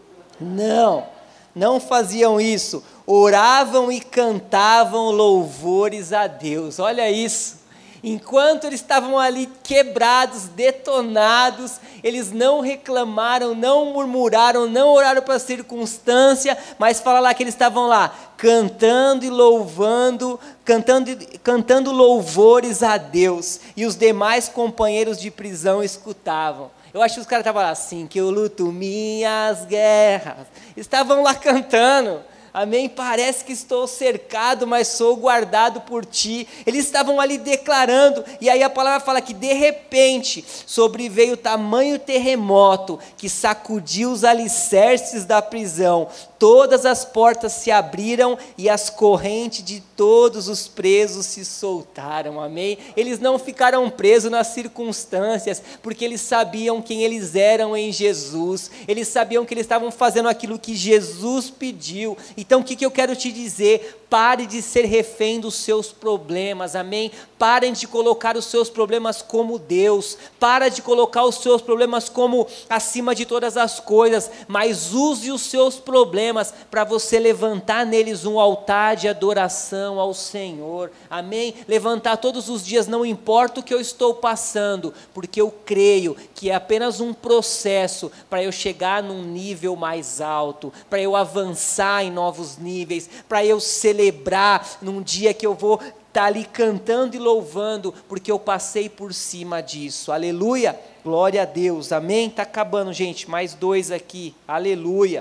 Não, não faziam isso. Oravam e cantavam louvores a Deus. Olha isso. Enquanto eles estavam ali quebrados, detonados, eles não reclamaram, não murmuraram, não oraram para a circunstância, mas fala lá que eles estavam lá, cantando e louvando, cantando, cantando louvores a Deus, e os demais companheiros de prisão escutavam. Eu acho que os caras estavam lá assim, que eu luto minhas guerras, estavam lá cantando. Amém? Parece que estou cercado, mas sou guardado por ti. Eles estavam ali declarando, e aí a palavra fala que de repente sobreveio tamanho terremoto que sacudiu os alicerces da prisão. Todas as portas se abriram e as correntes de todos os presos se soltaram, amém? Eles não ficaram presos nas circunstâncias, porque eles sabiam quem eles eram em Jesus, eles sabiam que eles estavam fazendo aquilo que Jesus pediu. Então o que, que eu quero te dizer? Pare de ser refém dos seus problemas, amém? Parem de colocar os seus problemas como Deus, para de colocar os seus problemas como acima de todas as coisas, mas use os seus problemas para você levantar neles um altar de adoração ao Senhor, amém? Levantar todos os dias, não importa o que eu estou passando, porque eu creio que é apenas um processo para eu chegar num nível mais alto, para eu avançar em novos níveis, para eu celebrar num dia que eu vou estar ali cantando e louvando, porque eu passei por cima disso, aleluia, glória a Deus, amém? Está acabando, gente, mais dois aqui, aleluia.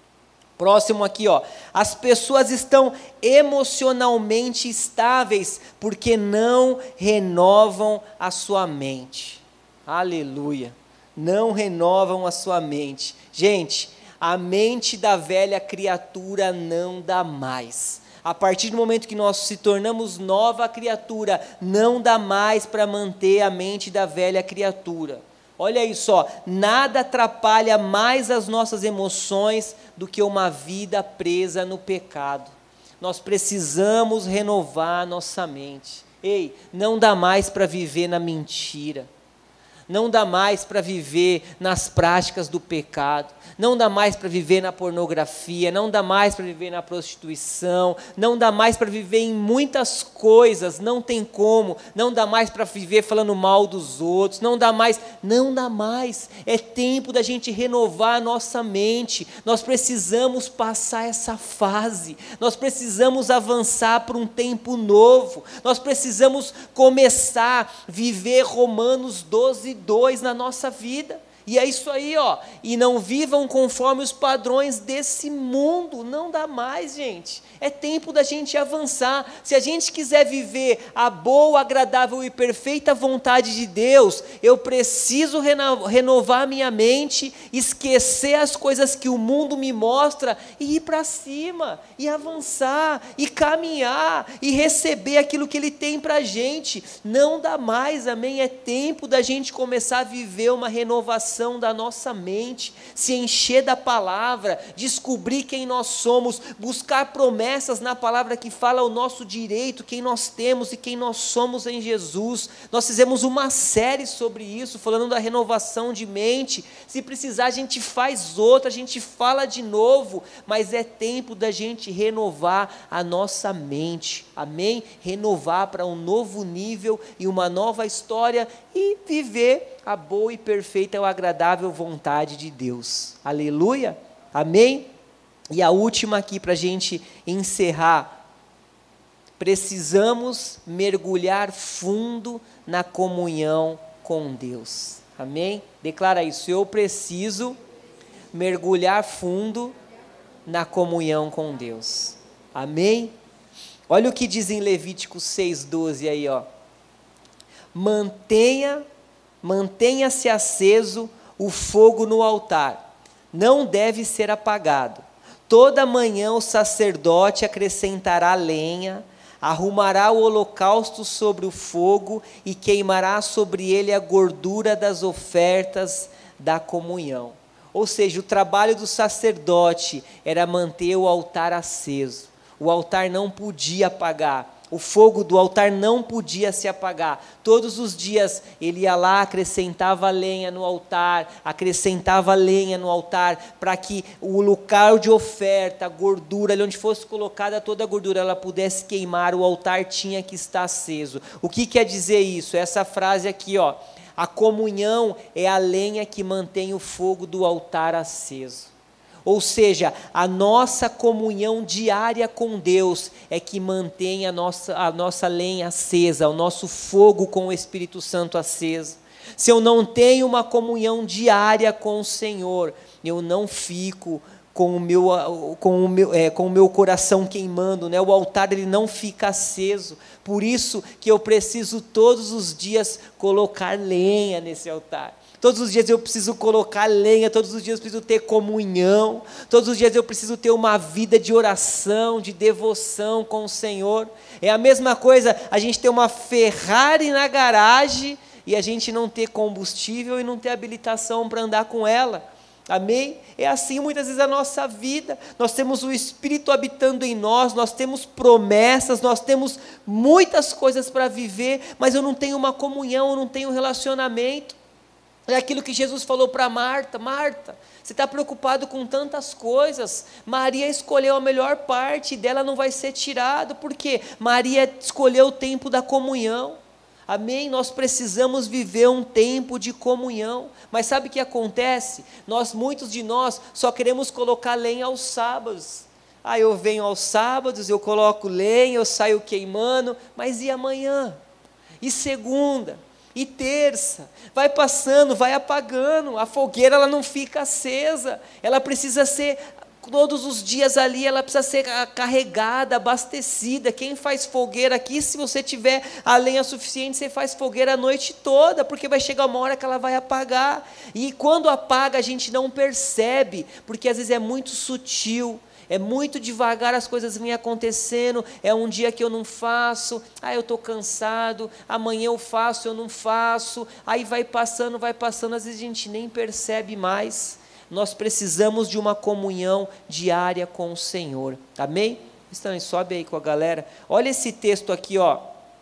Próximo aqui, ó, as pessoas estão emocionalmente estáveis, porque não renovam a sua mente, aleluia, não renovam a sua mente. Gente, a mente da velha criatura não dá mais. A partir do momento que nós se tornamos nova criatura, não dá mais para manter a mente da velha criatura. Olha aí só, nada atrapalha mais as nossas emoções do que uma vida presa no pecado. Nós precisamos renovar nossa mente. Ei, não dá mais para viver na mentira. Não dá mais para viver nas práticas do pecado, não dá mais para viver na pornografia, não dá mais para viver na prostituição, não dá mais para viver em muitas coisas, não tem como, não dá mais para viver falando mal dos outros, não dá mais, não dá mais, é tempo da gente renovar a nossa mente, nós precisamos passar essa fase, nós precisamos avançar para um tempo novo, nós precisamos começar a viver Romanos doze, dois na nossa vida, e é isso aí, ó, e não vivam conforme os padrões desse mundo, não dá mais, gente, é tempo da gente avançar. Se a gente quiser viver a boa, agradável e perfeita vontade de Deus, eu preciso reno- renovar minha mente, esquecer as coisas que o mundo me mostra, e ir para cima, e avançar, e caminhar, e receber aquilo que Ele tem para a gente, não dá mais, amém, é tempo da gente começar a viver uma renovação renovação da nossa mente, se encher da palavra, descobrir quem nós somos, buscar promessas na palavra que fala o nosso direito, quem nós temos e quem nós somos em Jesus. Nós fizemos uma série sobre isso, falando da renovação de mente. Se precisar, a gente faz outra, a gente fala de novo, mas é tempo da gente renovar a nossa mente, amém? Renovar para um novo nível e uma nova história e viver a boa e perfeita ou agradável vontade de Deus, aleluia, amém? E a última aqui para a gente encerrar: precisamos mergulhar fundo na comunhão com Deus, amém? Declara isso: eu preciso mergulhar fundo na comunhão com Deus, amém? Olha o que diz em Levítico seis, doze aí, ó. Mantenha, mantenha-se aceso o fogo no altar, não deve ser apagado. Toda manhã o sacerdote acrescentará lenha, arrumará o holocausto sobre o fogo e queimará sobre ele a gordura das ofertas da comunhão. Ou seja, o trabalho do sacerdote era manter o altar aceso. O altar não podia apagar, o fogo do altar não podia se apagar. Todos os dias ele ia lá, acrescentava lenha no altar, acrescentava lenha no altar, para que o local de oferta, a gordura, ali onde fosse colocada toda a gordura, ela pudesse queimar. O altar tinha que estar aceso. O que quer dizer isso? Essa frase aqui, ó, a comunhão é a lenha que mantém o fogo do altar aceso. Ou seja, a nossa comunhão diária com Deus é que mantém a nossa, a nossa lenha acesa, o nosso fogo com o Espírito Santo aceso. Se eu não tenho uma comunhão diária com o Senhor, eu não fico com o meu, com o meu, é, com o meu coração queimando, né? O altar ele não fica aceso. Por isso que eu preciso todos os dias colocar lenha nesse altar. Todos os dias eu preciso colocar lenha, todos os dias eu preciso ter comunhão, todos os dias eu preciso ter uma vida de oração, de devoção com o Senhor. É a mesma coisa a gente ter uma Ferrari na garagem e a gente não ter combustível e não ter habilitação para andar com ela. Amém? É assim muitas vezes a nossa vida. Nós temos o Espírito habitando em nós, nós temos promessas, nós temos muitas coisas para viver, mas eu não tenho uma comunhão, eu não tenho um relacionamento. É aquilo que Jesus falou para Marta: Marta, você está preocupado com tantas coisas, Maria escolheu a melhor parte, dela não vai ser tirado, porque Maria escolheu o tempo da comunhão, amém? Nós precisamos viver um tempo de comunhão, mas sabe o que acontece? Nós, muitos de nós, só queremos colocar lenha aos sábados. Ah, eu venho aos sábados, eu coloco lenha, eu saio queimando, mas e amanhã? E segunda? E terça? Vai passando, vai apagando, a fogueira ela não fica acesa, ela precisa ser, todos os dias ali, ela precisa ser carregada, abastecida. Quem faz fogueira aqui, se você tiver a lenha suficiente, você faz fogueira a noite toda, porque vai chegar uma hora que ela vai apagar, e quando apaga a gente não percebe, porque às vezes é muito sutil, é muito devagar, as coisas vêm acontecendo, é um dia que eu não faço, ah, eu estou cansado, amanhã eu faço, eu não faço, aí vai passando, vai passando, às vezes a gente nem percebe mais. Nós precisamos de uma comunhão diária com o Senhor, amém? Então, sobe aí com a galera, olha esse texto aqui, ó.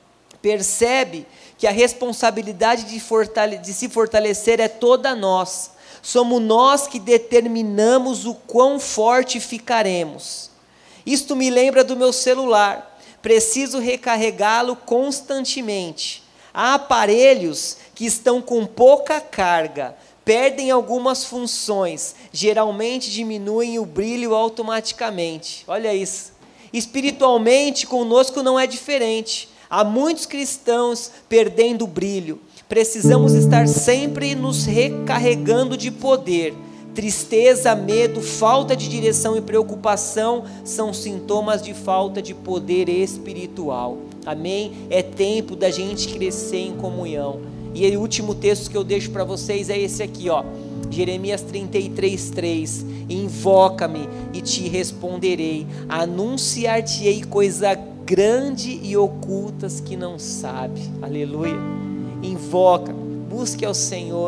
Percebe que a responsabilidade de, fortale- de se fortalecer é toda nossa. Somos nós que determinamos o quão forte ficaremos. Isto me lembra do meu celular, preciso recarregá-lo constantemente. Há aparelhos que estão com pouca carga, perdem algumas funções, geralmente diminuem o brilho automaticamente. Olha isso. Espiritualmente, conosco não é diferente. Há muitos cristãos perdendo o brilho. Precisamos estar sempre nos recarregando de poder. Tristeza, medo, falta de direção e preocupação são sintomas de falta de poder espiritual. Amém? É tempo da gente crescer em comunhão. E o último texto que eu deixo para vocês é esse aqui, ó. Jeremias trinta e três, três. Invoca-me e te responderei. Anunciar-te-ei coisa grande e ocultas que não sabe. Aleluia. Invoca, busque ao Senhor,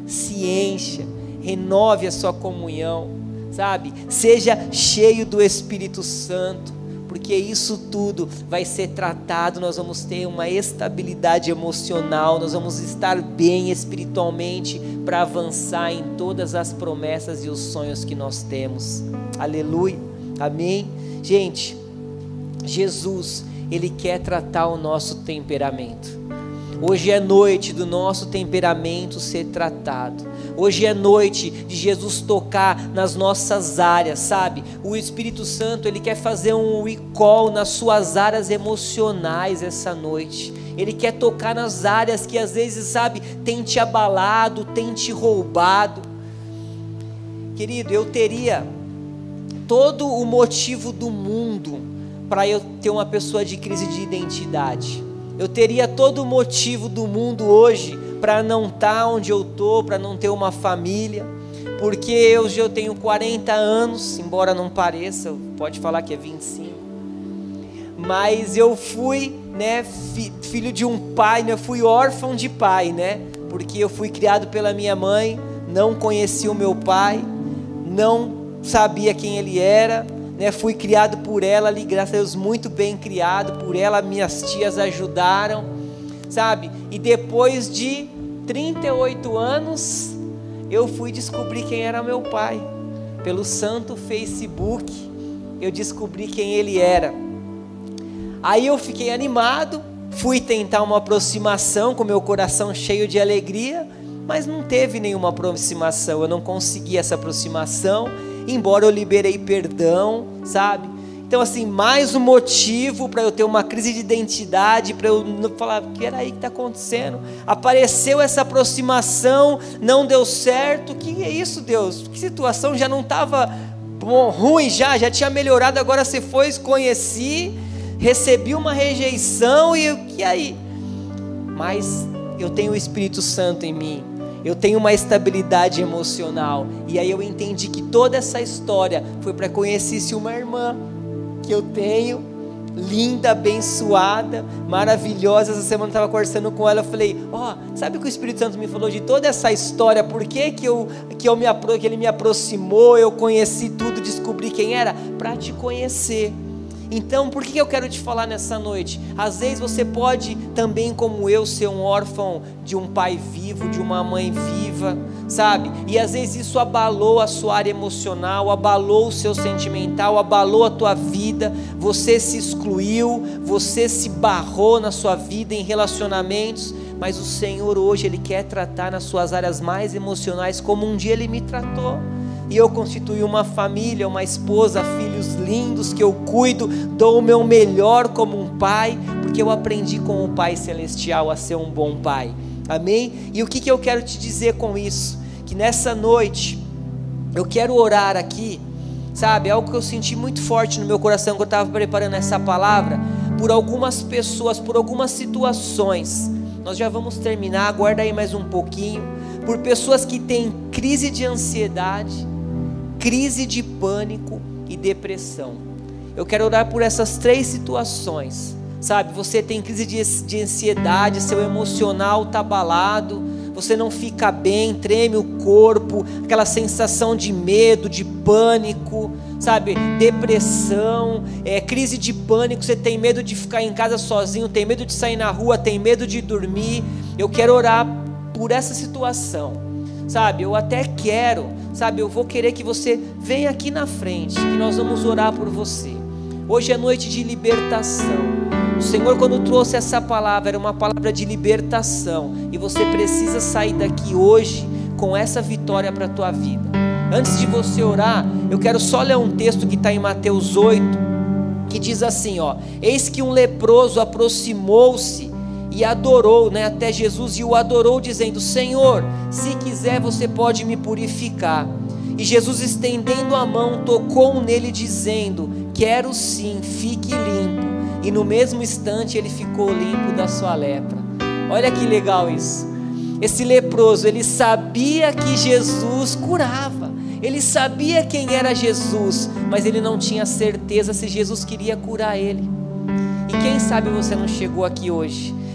se encha, renove a sua comunhão, sabe? Seja cheio do Espírito Santo, porque isso tudo vai ser tratado, nós vamos ter uma estabilidade emocional, nós vamos estar bem espiritualmente para avançar em todas as promessas e os sonhos que nós temos. Aleluia, amém? Gente, Jesus, Ele quer tratar o nosso temperamento. Hoje é noite do nosso temperamento ser tratado. Hoje é noite de Jesus tocar nas nossas áreas, sabe? O Espírito Santo, Ele quer fazer um recall nas suas áreas emocionais essa noite. Ele quer tocar nas áreas que às vezes, sabe, tem te abalado, tem te roubado. Querido, eu teria todo o motivo do mundo para eu ter uma pessoa de crise de identidade. Eu teria todo o motivo do mundo hoje para não estar onde eu estou, para não ter uma família, porque hoje eu tenho quarenta anos, embora não pareça, pode falar que é vinte e cinco, mas eu fui, né, fi, filho de um pai, né, fui órfão de pai, né, porque eu fui criado pela minha mãe, não conheci o meu pai, não sabia quem ele era, né, fui criado por ela ali, graças a Deus, muito bem criado por ela, minhas tias ajudaram, sabe, e depois de trinta e oito anos, eu fui descobrir quem era meu pai, pelo santo Facebook, eu descobri quem ele era. Aí eu fiquei animado, fui tentar uma aproximação com meu coração cheio de alegria, mas não teve nenhuma aproximação, eu não consegui essa aproximação, embora eu liberei perdão, sabe? Então assim, mais um motivo para eu ter uma crise de identidade, para eu não falar, o que era aí que está acontecendo? Apareceu essa aproximação, não deu certo, que é isso, Deus? Que situação, já não estava ruim já, já tinha melhorado, agora você foi, conheci, recebi uma rejeição e que aí? Mas eu tenho o Espírito Santo em mim, eu tenho uma estabilidade emocional, e aí eu entendi que toda essa história foi para conhecer uma irmã que eu tenho, linda, abençoada, maravilhosa. Essa semana eu estava conversando com ela, eu falei, ó, oh, sabe o que o Espírito Santo me falou de toda essa história, por que que, eu, que, eu me, que ele me aproximou, eu conheci tudo, descobri quem era? Para te conhecer. Então, por que eu quero te falar nessa noite? Às vezes você pode também, como eu, ser um órfão de um pai vivo, de uma mãe viva, sabe? E às vezes isso abalou a sua área emocional, abalou o seu sentimental, abalou a tua vida, você se excluiu, você se barrou na sua vida em relacionamentos, mas o Senhor hoje, Ele quer tratar nas suas áreas mais emocionais, como um dia Ele me tratou. E eu constituí uma família, uma esposa, filhos lindos que eu cuido, dou o meu melhor como um pai, porque eu aprendi com o Pai Celestial a ser um bom pai, amém? E o que, que eu quero te dizer com isso? Que nessa noite, eu quero orar aqui, sabe, algo que eu senti muito forte no meu coração, quando eu estava preparando essa palavra, por algumas pessoas, por algumas situações, nós já vamos terminar, aguarda aí mais um pouquinho, por pessoas que têm crise de ansiedade, crise de pânico e depressão. Eu quero orar por essas três situações, sabe, você tem crise de, de ansiedade, seu emocional está abalado, você não fica bem, treme o corpo, aquela sensação de medo, de pânico, sabe, depressão, é, crise de pânico, você tem medo de ficar em casa sozinho, tem medo de sair na rua, tem medo de dormir. Eu quero orar por essa situação, sabe, eu até quero, sabe, eu vou querer que você venha aqui na frente, que nós vamos orar por você. Hoje é noite de libertação. O Senhor, quando trouxe essa palavra, era uma palavra de libertação, e você precisa sair daqui hoje com essa vitória para a tua vida. Antes de você orar, eu quero só ler um texto que está em Mateus oito, que diz assim, ó, eis que um leproso aproximou-se e adorou, né, até Jesus, e o adorou dizendo, Senhor, se quiser você pode me purificar. E Jesus, estendendo a mão, tocou nele dizendo, quero sim, fique limpo. E no mesmo instante ele ficou limpo da sua lepra. Olha que legal isso. Esse leproso, ele sabia que Jesus curava, ele sabia quem era Jesus, mas ele não tinha certeza se Jesus queria curar ele. E quem sabe você não chegou aqui hoje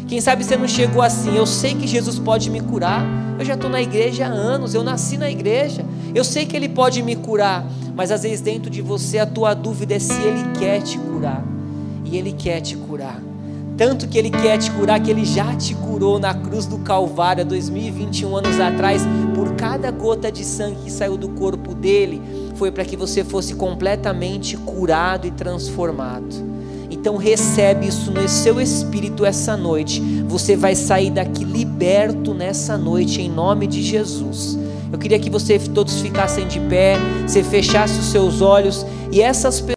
Quem sabe você não chegou assim: eu sei que Jesus pode me curar, eu já estou na igreja há anos, eu nasci na igreja, eu sei que Ele pode me curar, mas às vezes dentro de você a tua dúvida é se Ele quer te curar. E Ele quer te curar, tanto que Ele quer te curar, que Ele já te curou na cruz do Calvário, há dois mil e vinte e um anos atrás. Por cada gota de sangue que saiu do corpo dele, foi para que você fosse completamente curado e transformado. Então recebe isso no seu espírito essa noite. Você vai sair daqui liberto nessa noite, em nome de Jesus. Eu queria que você todos ficassem de pé, você fechasse os seus olhos, e essas pessoas